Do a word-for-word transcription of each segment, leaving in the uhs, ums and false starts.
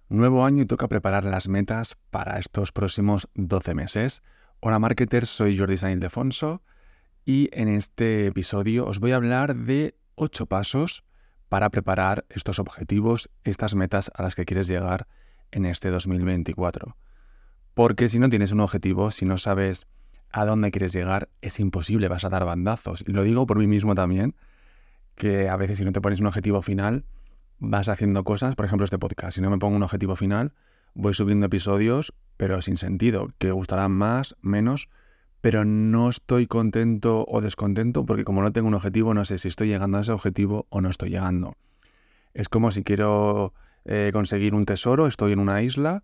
Nuevo año y toca preparar las metas para estos próximos doce meses. Hola marketers, soy Jordi San Ildefonso y en este episodio os voy a hablar de ocho pasos para preparar estos objetivos, estas metas a las que quieres llegar en este dos mil veinticuatro. Porque si no tienes un objetivo, si no sabes a dónde quieres llegar, es imposible, vas a dar bandazos. Y lo digo por mí mismo también, que a veces si no te pones un objetivo final, vas haciendo cosas, por ejemplo este podcast, si no me pongo un objetivo final, voy subiendo episodios, pero sin sentido, que gustarán más, menos, pero no estoy contento o descontento porque como no tengo un objetivo, no sé si estoy llegando a ese objetivo o no estoy llegando. Es como si quiero eh, conseguir un tesoro, estoy en una isla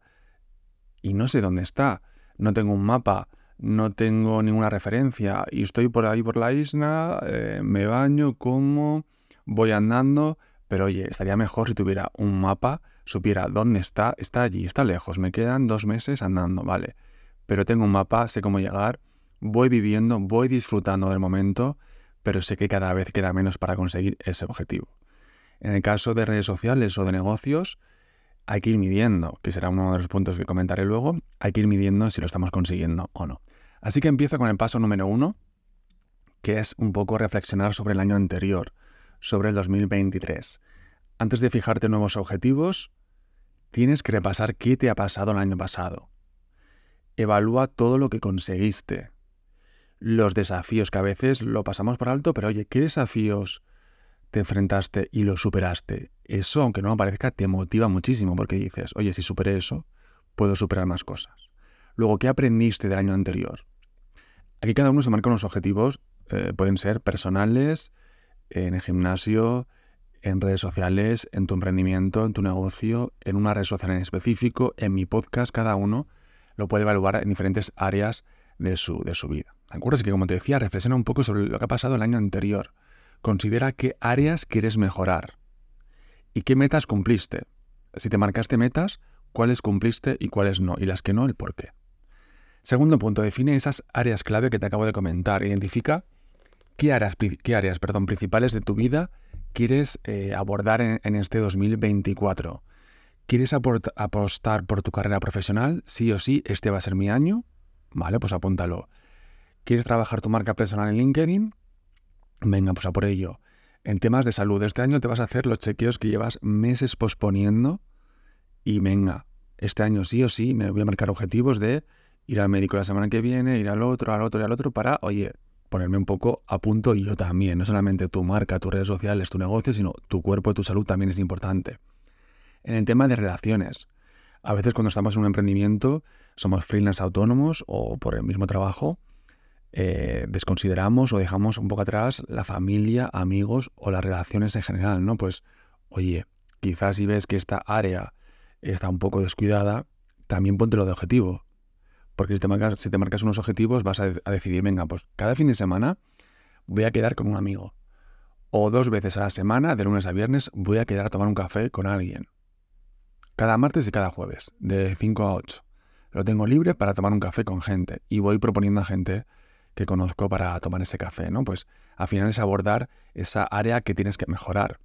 y no sé dónde está, no tengo un mapa, no tengo ninguna referencia y estoy por ahí por la isla, eh, me baño, como, voy andando. Pero oye, estaría mejor si tuviera un mapa, supiera dónde está, está allí, está lejos, me quedan dos meses andando, vale. Pero tengo un mapa, sé cómo llegar, voy viviendo, voy disfrutando del momento, pero sé que cada vez queda menos para conseguir ese objetivo. En el caso de redes sociales o de negocios, hay que ir midiendo, que será uno de los puntos que comentaré luego, hay que ir midiendo si lo estamos consiguiendo o no. Así que empiezo con el paso número uno, que es un poco reflexionar sobre el año anterior, sobre el dos mil veintitrés. Antes de fijarte nuevos objetivos, tienes que repasar qué te ha pasado el año pasado. Evalúa todo lo que conseguiste, los desafíos que a veces lo pasamos por alto, pero oye, ¿qué desafíos te enfrentaste y los superaste? Eso, aunque no me parezca, te motiva muchísimo porque dices, oye, si superé eso, puedo superar más cosas. Luego, ¿qué aprendiste del año anterior? Aquí cada uno se marca unos objetivos, eh, pueden ser personales, en el gimnasio, en redes sociales, en tu emprendimiento, en tu negocio, en una red social en específico, en mi podcast, cada uno lo puede evaluar en diferentes áreas de su, de su vida. ¿De acuerdo? Así que, como te decía, reflexiona un poco sobre lo que ha pasado el año anterior. Considera qué áreas quieres mejorar y qué metas cumpliste. Si te marcaste metas, cuáles cumpliste y cuáles no, y las que no, el por qué. Segundo punto, define esas áreas clave que te acabo de comentar. Identifica qué áreas, qué áreas perdón, principales de tu vida quieres eh, abordar en, en este dos mil veinticuatro. ¿Quieres aport- apostar por tu carrera profesional? Sí o sí, este va a ser mi año. Vale, pues apúntalo. ¿Quieres trabajar tu marca personal en LinkedIn? Venga, pues a por ello. En temas de salud, este año te vas a hacer los chequeos que llevas meses posponiendo y venga, este año sí o sí me voy a marcar objetivos de ir al médico la semana que viene, ir al otro, al otro y al otro para, oye, ponerme un poco a punto y yo también. No solamente tu marca, tus redes sociales, tu negocio, sino tu cuerpo y tu salud también es importante. En el tema de relaciones, a veces cuando estamos en un emprendimiento, somos freelance autónomos o por el mismo trabajo, eh, desconsideramos o dejamos un poco atrás la familia, amigos o las relaciones en general, ¿no? Pues, oye, quizás si ves que esta área está un poco descuidada, también póntelo de objetivo. Porque si te marcas, si te marcas unos objetivos, vas a, a decidir, venga, pues cada fin de semana voy a quedar con un amigo. O dos veces a la semana, de lunes a viernes, voy a quedar a tomar un café con alguien. Cada martes y cada jueves, de cinco a ocho. Lo tengo libre para tomar un café con gente. Y voy proponiendo a gente que conozco para tomar ese café, ¿no? Pues al final es abordar esa área que tienes que mejorar.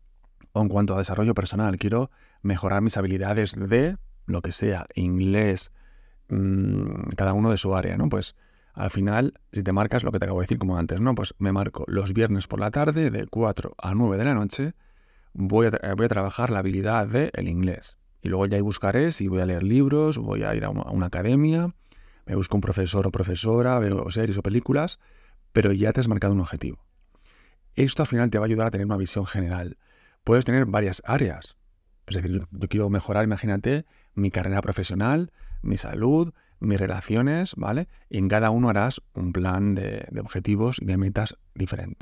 O en cuanto a desarrollo personal, quiero mejorar mis habilidades de lo que sea, inglés, cada uno de su área, ¿no? Pues al final, si te marcas lo que te acabo de decir como antes, ¿no? Pues me marco los viernes por la tarde de cuatro a nueve de la noche, voy a, voy a trabajar la habilidad del inglés. Y luego ya ahí buscaré si voy a leer libros, voy a ir a una, a una academia, me busco un profesor o profesora, veo series o películas, pero ya te has marcado un objetivo. Esto al final te va a ayudar a tener una visión general. Puedes tener varias áreas. Es decir, yo quiero mejorar, imagínate, mi carrera profesional, mi salud, mis relaciones, ¿vale? Y en cada uno harás un plan de, de objetivos y de metas diferente.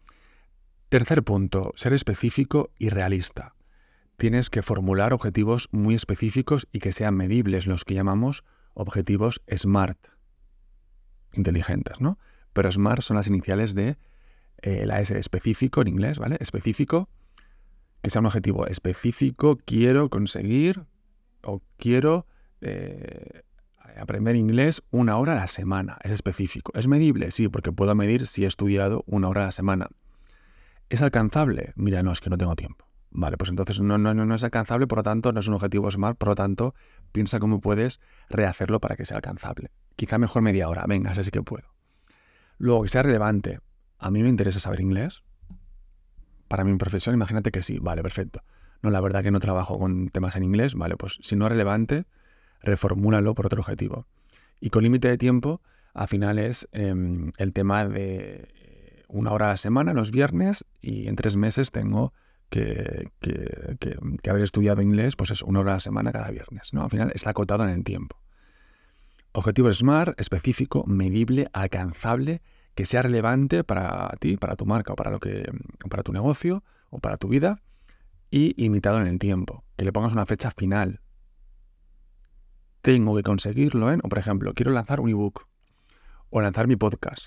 Tercer punto, ser específico y realista. Tienes que formular objetivos muy específicos y que sean medibles, los que llamamos objetivos SMART. Inteligentes, ¿no? Pero SMART son las iniciales de eh, la S de específico en inglés, ¿vale? Específico, que sea un objetivo específico, quiero conseguir o quiero eh, aprender inglés una hora a la semana. Es específico. ¿Es medible? Sí, porque puedo medir si he estudiado una hora a la semana. ¿Es alcanzable? Mira, no, es que no tengo tiempo. Vale, pues entonces no, no, no es alcanzable, por lo tanto no es un objetivo SMART, por lo tanto piensa cómo puedes rehacerlo para que sea alcanzable. Quizá mejor media hora, venga, ese sí que puedo. Luego, que sea relevante. A mí me interesa saber inglés. Para mi profesión, imagínate que sí, vale, perfecto. No, la verdad que no trabajo con temas en inglés, vale, pues si no es relevante, reformúlalo por otro objetivo. Y con límite de tiempo, al final es eh, el tema de una hora a la semana, los viernes, y en tres meses tengo que, que, que, que haber estudiado inglés, pues es una hora a la semana cada viernes, ¿no? Al final está acotado en el tiempo. Objetivo SMART, específico, medible, alcanzable, que sea relevante para ti, para tu marca o para, lo que, para tu negocio o para tu vida, y limitado en el tiempo. Que le pongas una fecha final. Tengo que conseguirlo, ¿eh? O por ejemplo, quiero lanzar un ebook o lanzar mi podcast.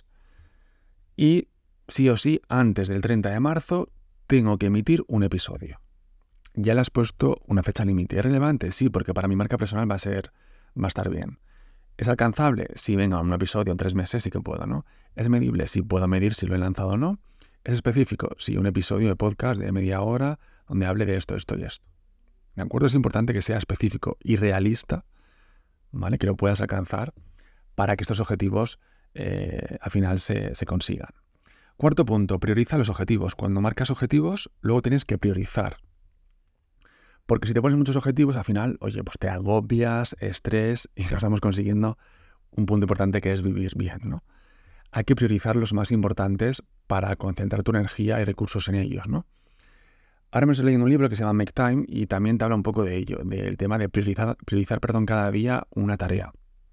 Y sí o sí, antes del treinta de marzo, tengo que emitir un episodio. Ya le has puesto una fecha límite. ¿Es relevante? Sí, porque para mi marca personal va a ser, va a estar bien. ¿Es alcanzable? Sí, venga, un episodio en tres meses sí que puedo, ¿no? ¿Es medible? Sí, puedo medir si lo he lanzado o no. ¿Es específico? Sí, un episodio de podcast de media hora donde hable de esto, esto y esto. ¿De acuerdo? Es importante que sea específico y realista, ¿vale? Que lo puedas alcanzar para que estos objetivos eh, al final se, se consigan. Cuarto punto, prioriza los objetivos. Cuando marcas objetivos, luego tienes que priorizar. Porque si te pones muchos objetivos, al final, oye, pues te agobias, estrés y no estamos consiguiendo un punto importante que es vivir bien, ¿no? Hay que priorizar los más importantes para concentrar tu energía y recursos en ellos, ¿no? Ahora me estoy leyendo un libro que se llama Make Time y también te habla un poco de ello, del tema de priorizar, priorizar perdón, cada día una tarea.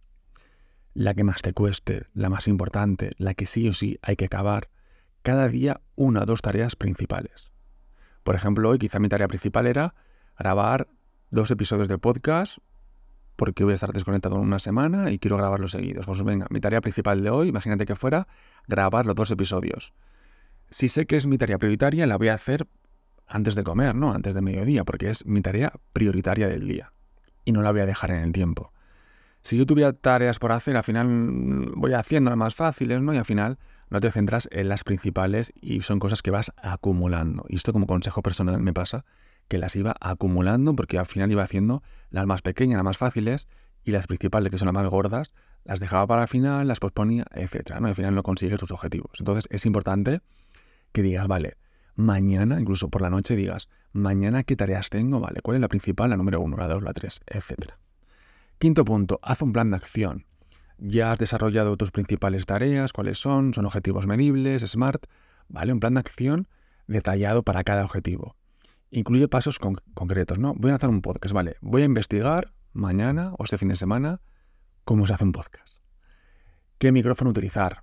La que más te cueste, la más importante, la que sí o sí hay que acabar. Cada día una o dos tareas principales. Por ejemplo, hoy quizá mi tarea principal era grabar dos episodios de podcast porque voy a estar desconectado una semana y quiero grabarlos seguidos. Pues venga, mi tarea principal de hoy, imagínate que fuera grabar los dos episodios. Si sé que es mi tarea prioritaria, la voy a hacer antes de comer, ¿no? Antes de mediodía, porque es mi tarea prioritaria del día. Y no la voy a dejar en el tiempo. Si yo tuviera tareas por hacer, al final voy haciendo las más fáciles, ¿no? Y al final no te centras en las principales y son cosas que vas acumulando. Y esto como consejo personal me pasa, que las iba acumulando porque al final iba haciendo las más pequeñas, las más fáciles, y las principales, que son las más gordas, las dejaba para el final, las posponía, etcétera, ¿no? Y al final no consigues tus objetivos. Entonces es importante que digas, vale, mañana, incluso por la noche digas, mañana qué tareas tengo, vale, cuál es la principal, la número uno, la dos, la tres, etcétera. Quinto punto, haz un plan de acción. Ya has desarrollado tus principales tareas, cuáles son, son objetivos medibles, SMART, ¿vale? Un plan de acción detallado para cada objetivo. Incluye pasos con- concretos, ¿no? Voy a hacer un podcast, ¿vale? Voy a investigar mañana o este fin de semana cómo se hace un podcast. ¿Qué micrófono utilizar?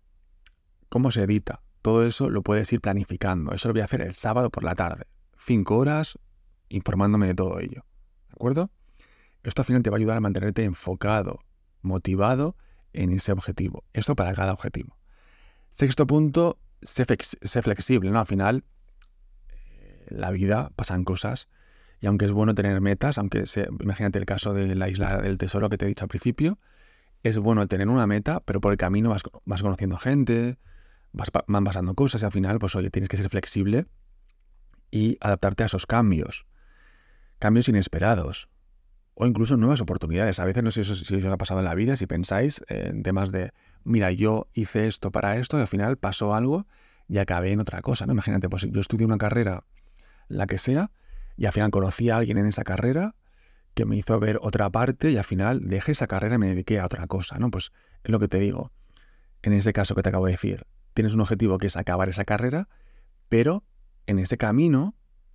¿Cómo se edita? Todo eso lo puedes ir planificando. Eso lo voy a hacer el sábado por la tarde. Cinco horas informándome de todo ello. ¿De acuerdo? Esto al final te va a ayudar a mantenerte enfocado, motivado en ese objetivo. Esto para cada objetivo. Sexto punto, sé, flex- sé flexible, ¿no? Al final, eh, la vida pasan cosas y aunque es bueno tener metas, aunque sea, imagínate el caso de la isla del tesoro que te he dicho al principio, es bueno tener una meta, pero por el camino vas, vas conociendo gente, vas, pa- van pasando cosas y al final, pues oye, tienes que ser flexible y adaptarte a esos cambios. Cambios inesperados. O incluso nuevas oportunidades. A veces no sé si, si os ha pasado en la vida, si pensáis en temas de, mira, yo hice esto para esto y al final pasó algo y acabé en otra cosa, ¿no? Imagínate, pues yo estudié una carrera, la que sea, y al final conocí a alguien en esa carrera que me hizo ver otra parte y al final dejé esa carrera y me dediqué a otra cosa, ¿no? Pues es lo que te digo. En ese caso que te acabo de decir, tienes un objetivo que es acabar esa carrera, pero en ese camino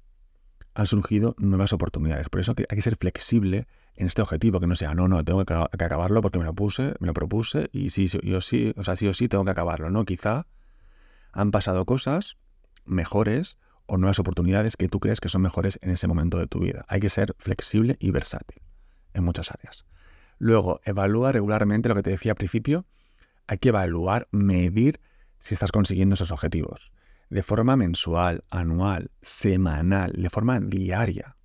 han surgido nuevas oportunidades. Por eso hay que ser flexible en este objetivo, que no sea, no, no, tengo que, que acabarlo porque me lo puse, me lo propuse y sí, sí, yo sí, o sea, sí o sí tengo que acabarlo, ¿no? Quizá han pasado cosas mejores o nuevas oportunidades que tú crees que son mejores en ese momento de tu vida. Hay que ser flexible y versátil en muchas áreas. Luego, evalúa regularmente lo que te decía al principio. Hay que evaluar, medir si estás consiguiendo esos objetivos. De forma mensual, anual, semanal, de forma diaria.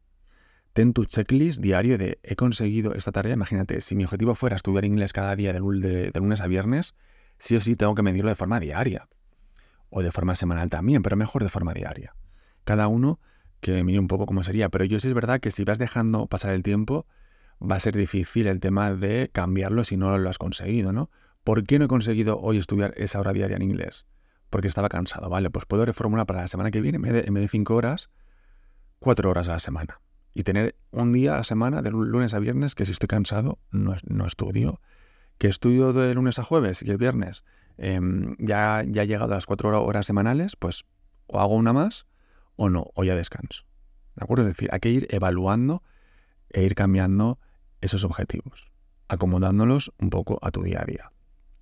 Ten tu checklist diario de he conseguido esta tarea. Imagínate, si mi objetivo fuera estudiar inglés cada día de, de, de lunes a viernes, sí o sí tengo que medirlo de forma diaria. O de forma semanal también, pero mejor de forma diaria. Cada uno que mire un poco cómo sería. Pero yo sí es verdad que si vas dejando pasar el tiempo, va a ser difícil el tema de cambiarlo si no lo has conseguido, ¿no? ¿Por qué no he conseguido hoy estudiar esa hora diaria en inglés? Porque estaba cansado, ¿vale? Pues puedo reformular para la semana que viene, en vez de, en vez de cinco horas, cuatro horas a la semana. Y tener un día a la semana, de lunes a viernes, que si estoy cansado, no, no estudio. Que estudio de lunes a jueves y el viernes eh, ya, ya he llegado a las cuatro horas semanales, pues o hago una más o no, o ya descanso. ¿De acuerdo? Es decir, hay que ir evaluando e ir cambiando esos objetivos, acomodándolos un poco a tu día a día.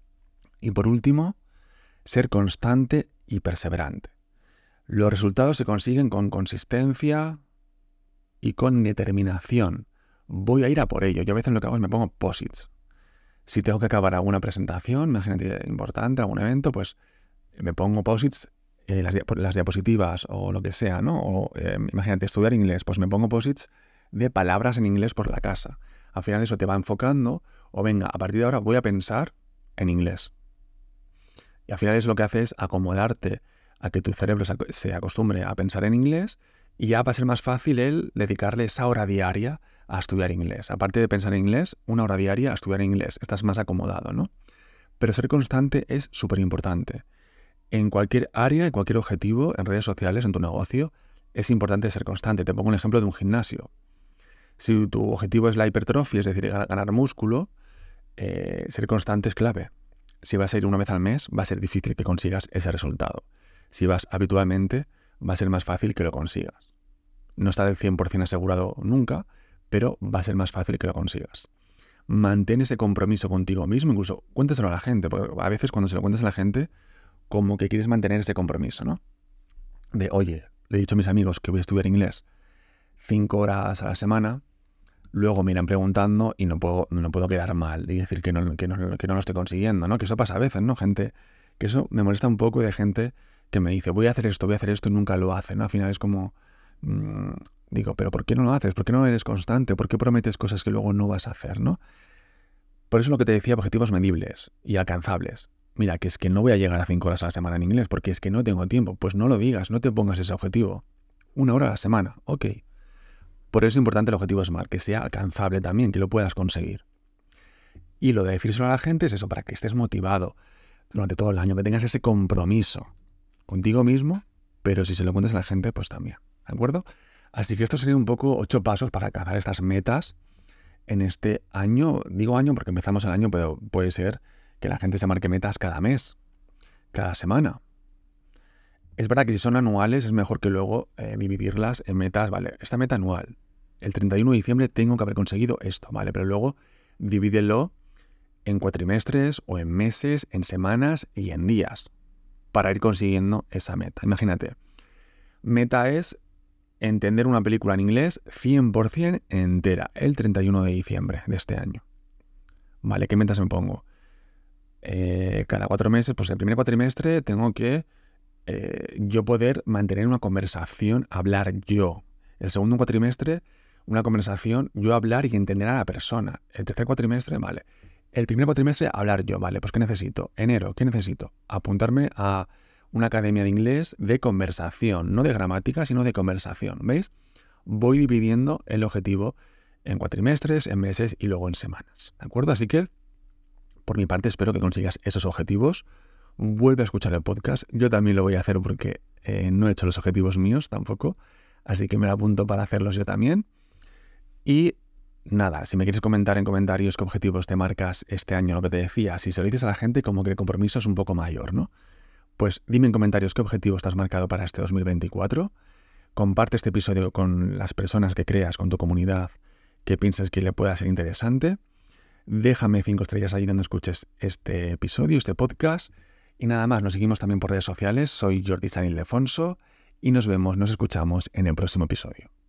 Y por último, ser constante y perseverante. Los resultados se consiguen con consistencia y con determinación. Voy a ir a por ello. Yo a veces lo que hago es me pongo posits. Si tengo que acabar alguna presentación, imagínate, importante, algún evento, pues me pongo posits, eh, las, las diapositivas o lo que sea, ¿no? O eh, imagínate, estudiar inglés, pues me pongo posits de palabras en inglés por la casa. Al final eso te va enfocando, o venga, a partir de ahora voy a pensar en inglés. Y al final es lo que hace es acomodarte a que tu cerebro se acostumbre a pensar en inglés y ya va a ser más fácil el dedicarle esa hora diaria a estudiar inglés. Aparte de pensar en inglés, una hora diaria a estudiar inglés. Estás más acomodado, ¿no? Pero ser constante es súper importante. En cualquier área, en cualquier objetivo, en redes sociales, en tu negocio, es importante ser constante. Te pongo un ejemplo de un gimnasio. Si tu objetivo es la hipertrofia, es decir, ganar músculo, eh, ser constante es clave. Si vas a ir una vez al mes, va a ser difícil que consigas ese resultado. Si vas habitualmente, va a ser más fácil que lo consigas. No estará al cien por ciento asegurado nunca, pero va a ser más fácil que lo consigas. Mantén ese compromiso contigo mismo, incluso cuéntaselo a la gente, porque a veces cuando se lo cuentas a la gente, como que quieres mantener ese compromiso, ¿no? De, oye, le he dicho a mis amigos que voy a estudiar inglés cinco horas a la semana, luego me irán preguntando y no puedo, no puedo quedar mal y decir que no, que, no, que no lo estoy consiguiendo, ¿no? Que eso pasa a veces, ¿no? Gente, que eso me molesta un poco de gente que me dice, voy a hacer esto, voy a hacer esto y nunca lo hace, ¿no? Al final es como, mmm, digo, pero ¿por qué no lo haces? ¿Por qué no eres constante? ¿Por qué prometes cosas que luego no vas a hacer, ¿no? Por eso es lo que te decía, objetivos medibles y alcanzables. Mira, que es que no voy a llegar a cinco horas a la semana en inglés porque es que no tengo tiempo. Pues no lo digas, no te pongas ese objetivo. Una hora a la semana, ok. Por eso es importante el objetivo SMART, que sea alcanzable también, que lo puedas conseguir. Y lo de decírselo a la gente es eso, para que estés motivado durante todo el año, que tengas ese compromiso contigo mismo, pero si se lo cuentas a la gente, pues también, ¿de acuerdo? Así que estos serían un poco ocho pasos para alcanzar estas metas en este año. Digo año porque empezamos el año, pero puede ser que la gente se marque metas cada mes, cada semana. Es verdad que si son anuales es mejor que luego eh, dividirlas en metas, vale, esta meta anual, el treinta y uno de diciembre tengo que haber conseguido esto, vale, pero luego divídelo en cuatrimestres o en meses, en semanas y en días para ir consiguiendo esa meta. Imagínate, meta es entender una película en inglés cien por ciento entera el treinta y uno de diciembre de este año. Vale, ¿qué metas me pongo? Eh, cada cuatro meses, pues el primer cuatrimestre tengo que eh, yo poder mantener una conversación, hablar yo. El segundo cuatrimestre, una conversación, yo hablar y entender a la persona. El tercer cuatrimestre, vale. El primer cuatrimestre, hablar yo, vale. Pues ¿qué necesito? Enero, ¿qué necesito? Apuntarme a una academia de inglés de conversación, no de gramática, sino de conversación. ¿Veis? Voy dividiendo el objetivo en cuatrimestres, en meses y luego en semanas. ¿De acuerdo? Así que, por mi parte, espero que consigas esos objetivos. Vuelve a escuchar el podcast. Yo también lo voy a hacer porque eh, no he hecho los objetivos míos tampoco. Así que me lo apunto para hacerlos yo también. Y nada, si me quieres comentar en comentarios qué objetivos te marcas este año, lo que te decía, si se lo dices a la gente, como que el compromiso es un poco mayor, ¿no? Pues dime en comentarios qué objetivos te has marcado para este dos mil veinticuatro. Comparte este episodio con las personas que creas, con tu comunidad, que pienses que le pueda ser interesante. Déjame cinco estrellas ahí donde escuches este episodio, este podcast. Y nada más, nos seguimos también por redes sociales. Soy Jordi San Ildefonso y nos vemos, nos escuchamos en el próximo episodio.